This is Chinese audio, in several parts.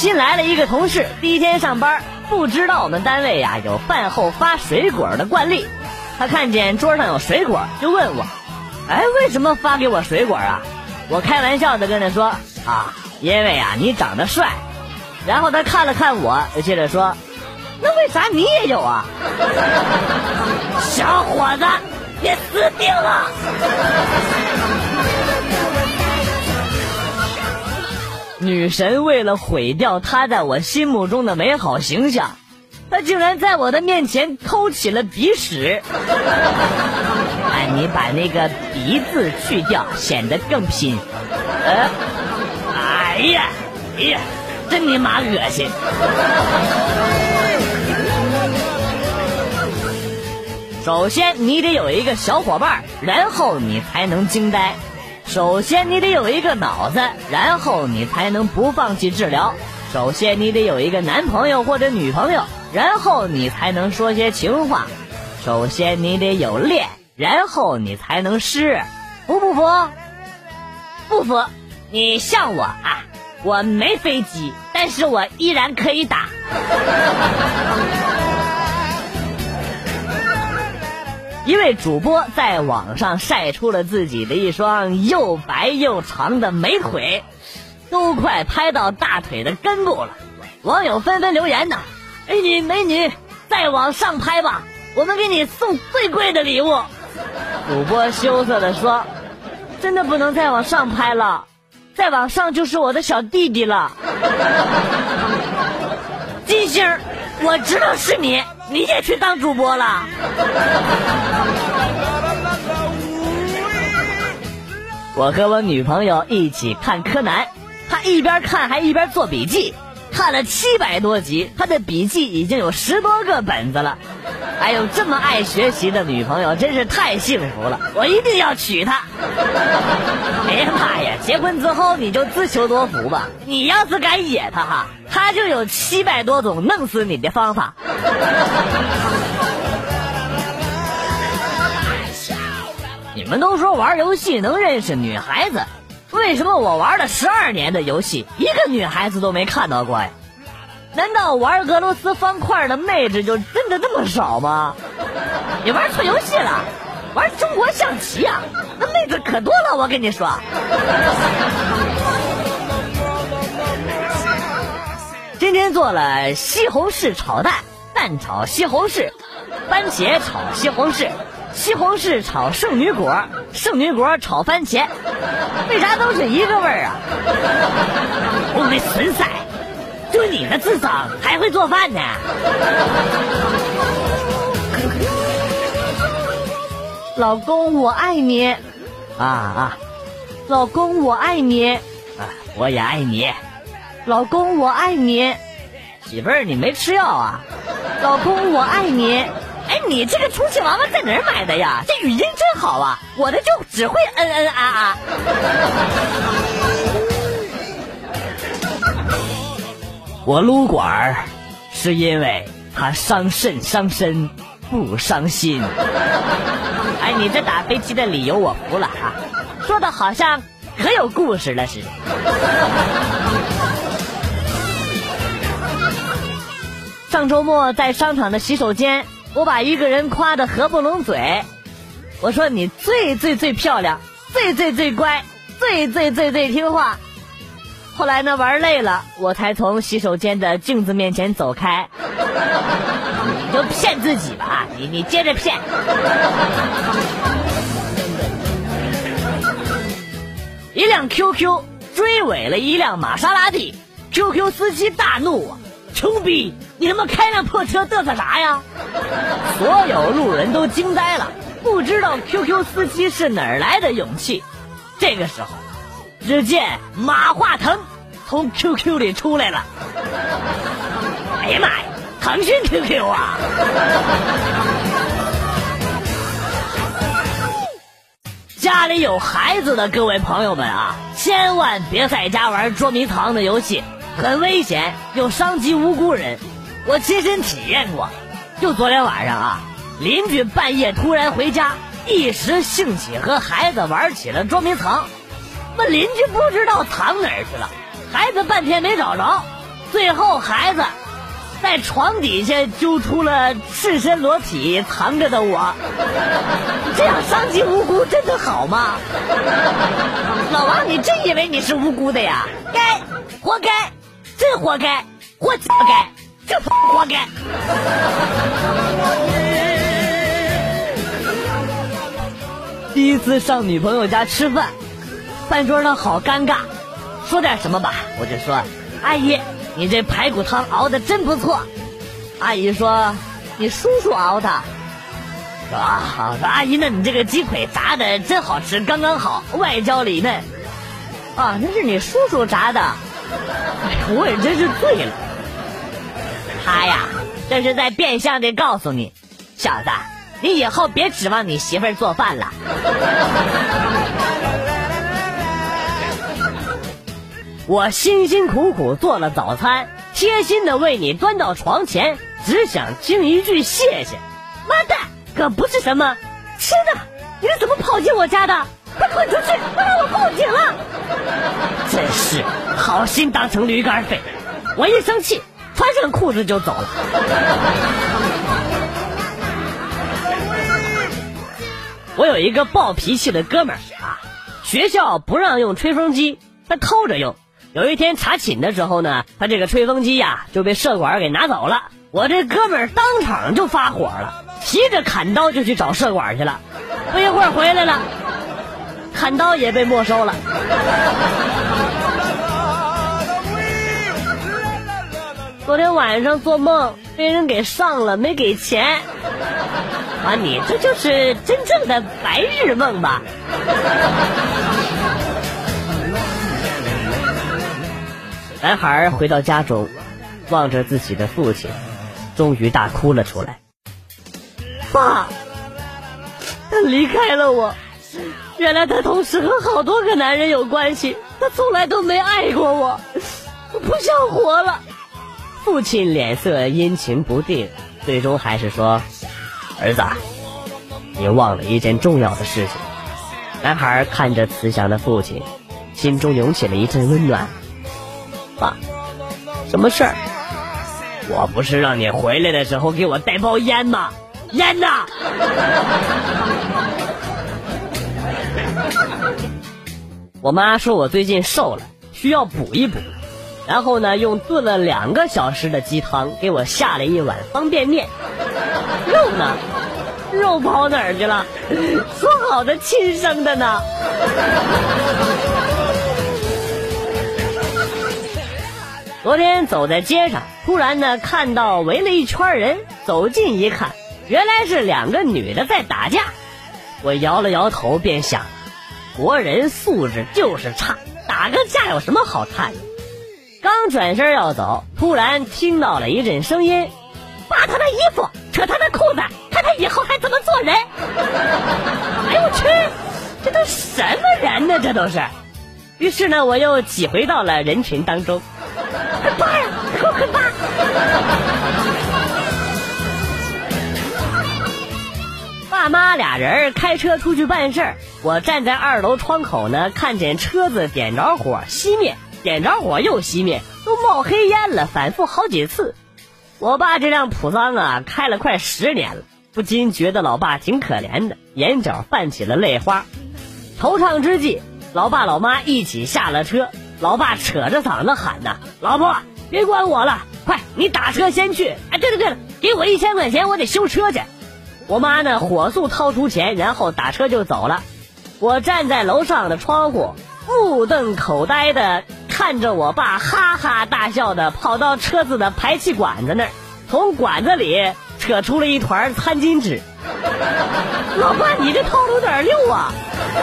新来了一个同事，第一天上班，不知道我们单位呀有饭后发水果的惯例。他看见桌上有水果，就问我：“哎，为什么发给我水果啊？”我开玩笑的跟他说：“啊，因为啊你长得帅。”然后他看了看我，就接着说：“那为啥你也有啊？”小伙子，你死定了！女神为了毁掉她在我心目中的美好形象，她竟然在我的面前抠起了鼻屎。哎，你把那个鼻字去掉，显得更拼。哎呀，真你妈恶心！首先你得有一个小伙伴，然后你才能惊呆。首先你得有一个脑子，然后你才能不放弃治疗。首先你得有一个男朋友或者女朋友，然后你才能说些情话。首先你得有脸，然后你才能湿。服不服？不服。你像我啊，我没飞机，但是我依然可以打。一位主播在网上晒出了自己的一双又白又长的美腿，都快拍到大腿的根部了。网友纷纷留言呢：“美女，再往上拍吧，我们给你送最贵的礼物。”主播羞涩地说：“真的不能再往上拍了，再往上就是我的小弟弟了。”金星，我知道是你，你也去当主播了。我和我女朋友一起看柯南，她一边看还一边做笔记，看了700多集，她的笔记已经有10多个本子了。还有这么爱学习的女朋友，真是太幸福了，我一定要娶她。哎呀妈呀，结婚之后你就自求多福吧，你要是敢野她哈，她就有700多种弄死你的方法。你们都说玩游戏能认识女孩子，为什么我玩了12年的游戏，一个女孩子都没看到过呀？难道玩俄罗斯方块的妹子就真的那么少吗？你玩错游戏了，玩中国象棋啊，那妹子可多了，我跟你说。今天做了西红柿炒蛋，蛋炒西红柿，番茄炒西红柿，西红柿炒圣女果，圣女果炒番茄，为啥都是一个味儿啊？我没损塞，就你的智商还会做饭呢？老公我爱你老公我爱你我也爱你，老公我爱你，媳妇儿你没吃药啊？老公我爱你。哎，你这个充气娃娃在哪儿买的呀？这语音真好啊，我的就只会啊。我撸管是因为它伤肾伤身不伤心。哎，你这打飞机的理由我服了啊，说的好像可有故事了似的。上周末在商场的洗手间，我把一个人夸得合不拢嘴。我说你最漂亮，最乖，最听话。后来呢，玩累了，我才从洗手间的镜子面前走开。你就骗自己吧，你接着骗。一辆 QQ 追尾了一辆玛莎拉蒂， QQ 司机大怒啊，穷逼，你他妈开辆破车嘚瑟啥呀？所有路人都惊呆了，不知道 QQ 司机是哪儿来的勇气。这个时候只见马化腾从 QQ 里出来了。哎呀妈呀，腾讯 QQ 啊！家里有孩子的各位朋友们啊，千万别在家玩捉迷藏的游戏，很危险，有伤及无辜人。我亲身体验过，就昨天晚上啊，邻居半夜突然回家，一时兴起和孩子玩起了捉迷藏。那邻居不知道藏哪儿去了，孩子半天没找着， 最后孩子在床底下揪出了赤身裸体藏着的我，这样伤及无辜真的好吗？老王，你真以为你是无辜的呀？该，活该，真活该，活该，这活该。第一次上女朋友家吃饭，饭桌上好尴尬，说点什么吧，我就说，阿姨，你这排骨汤熬的真不错。阿姨说，你叔叔熬的。啊，阿姨，那你这个鸡腿炸的真好吃，刚刚好，外焦里嫩。啊，那是你叔叔炸的。哎，我也真是醉了。他呀，这是在变相的告诉你，小子，你以后别指望你媳妇儿做饭了。我辛辛苦苦做了早餐，贴心的为你端到床前，只想听一句谢谢。妈蛋，可不是什么吃的，你是怎么跑进我家的？快滚出去，快让我报警了！真是好心当成驴肝肺，我一生气，穿上裤子就走了。我有一个暴脾气的哥们儿啊，学校不让用吹风机，他偷着用。有一天查寝的时候呢，他这个吹风机呀就被社管给拿走了。我这哥们儿当场就发火了，提着砍刀就去找社管去了。不一会儿回来了，砍刀也被没收了。昨天晚上做梦被人给上了，没给钱。啊，你这就是真正的白日梦吧？男孩回到家中，望着自己的父亲，终于大哭了出来。爸，他离开了我，原来他同时和好多个男人有关系，他从来都没爱过我，我不想活了。父亲脸色阴晴不定，最终还是说，儿子，你忘了一件重要的事情。男孩看着慈祥的父亲，心中涌起了一阵温暖。爸，什么事儿？我不是让你回来的时候给我带包烟吗？烟呢？我妈说我最近瘦了，需要补一补，然后呢用炖了2个小时的鸡汤给我下了一碗方便面。肉呢？肉跑哪儿去了？说好的亲生的呢？昨天走在街上，突然呢看到围了一圈人，走近一看，原来是2个女的在打架。我摇了摇头，便想，国人素质就是差，打个架有什么好看的？刚转身要走，突然听到了一阵声音，扒他的衣服，扯他的裤子，看他以后还怎么做人。哎呦我去，这都什么人呢？这都是。于是呢，我又挤回到了人群当中。快扒呀，快扒！爸妈俩人开车出去办事儿，我站在2楼窗口呢，看见车子点着火熄灭，点着火又熄灭，都冒黑烟了，反复好几次。我爸这辆普桑啊，开了快10年了，不禁觉得老爸挺可怜的，眼角泛起了泪花。惆怅之际，老爸老妈一起下了车，老爸扯着嗓子喊呐：“老婆，别管我了，快你打车先去！哎，对了，给我1000块钱，我得修车去。”我妈呢火速掏出钱，然后打车就走了。我站在楼上的窗户，目瞪口呆的看着我爸哈哈大笑的跑到车子的排气管子那儿，从管子里扯出了一团餐巾纸。老爸，你这套路有点溜啊！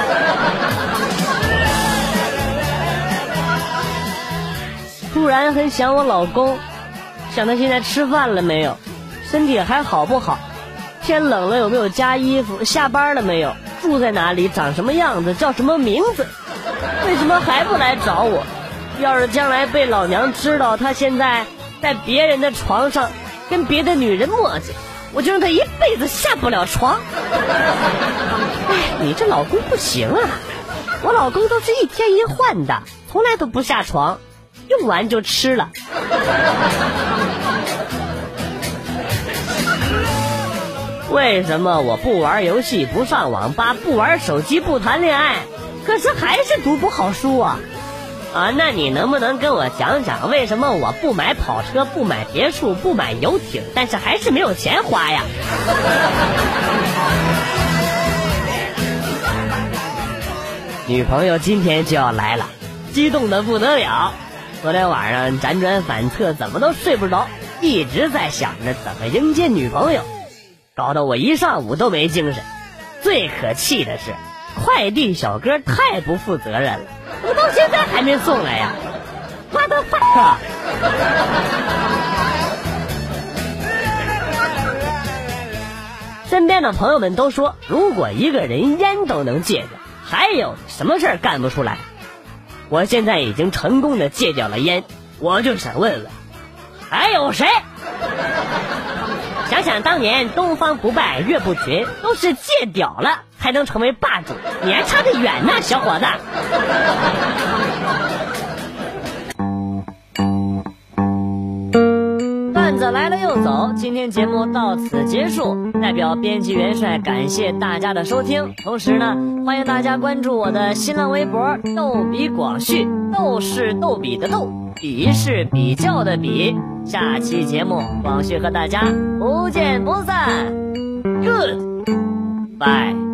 突然很想我老公，想他现在吃饭了没有，身体还好不好，天冷了有没有加衣服，下班了没有，住在哪里，长什么样子，叫什么名字，为什么还不来找我？要是将来被老娘知道他现在在别人的床上跟别的女人磨叽，我就让他一辈子下不了床。哎，你这老公不行啊，我老公都是1天1换的，从来都不下床，用完就吃了。 为什么我不玩游戏，不上网吧，不玩手机，不谈恋爱，可是还是读不好书啊？那你能不能跟我讲讲，为什么我不买跑车，不买别墅，不买游艇，但是还是没有钱花呀？女朋友今天就要来了，激动的不得了。昨天晚上辗转反侧，怎么都睡不着，一直在想着怎么迎接女朋友，搞得我一上午都没精神。最可气的是，快递小哥太不负责任了，我到现在还没送来呀！妈的fuck！身边的朋友们都说，如果一个人烟都能戒掉，还有什么事儿干不出来？我现在已经成功的戒掉了烟，我就想问问，还有谁？想想当年东方不败岳不群都是戒掉了才能成为霸主，你还差得远呢，小伙子。段子来了又走，今天节目到此结束，代表编辑元帅感谢大家的收听，同时呢，欢迎大家关注我的新浪微博逗比广旭，逗是逗比的逗，比是比较的比。下期节目广旭和大家不见不散， Goodbye。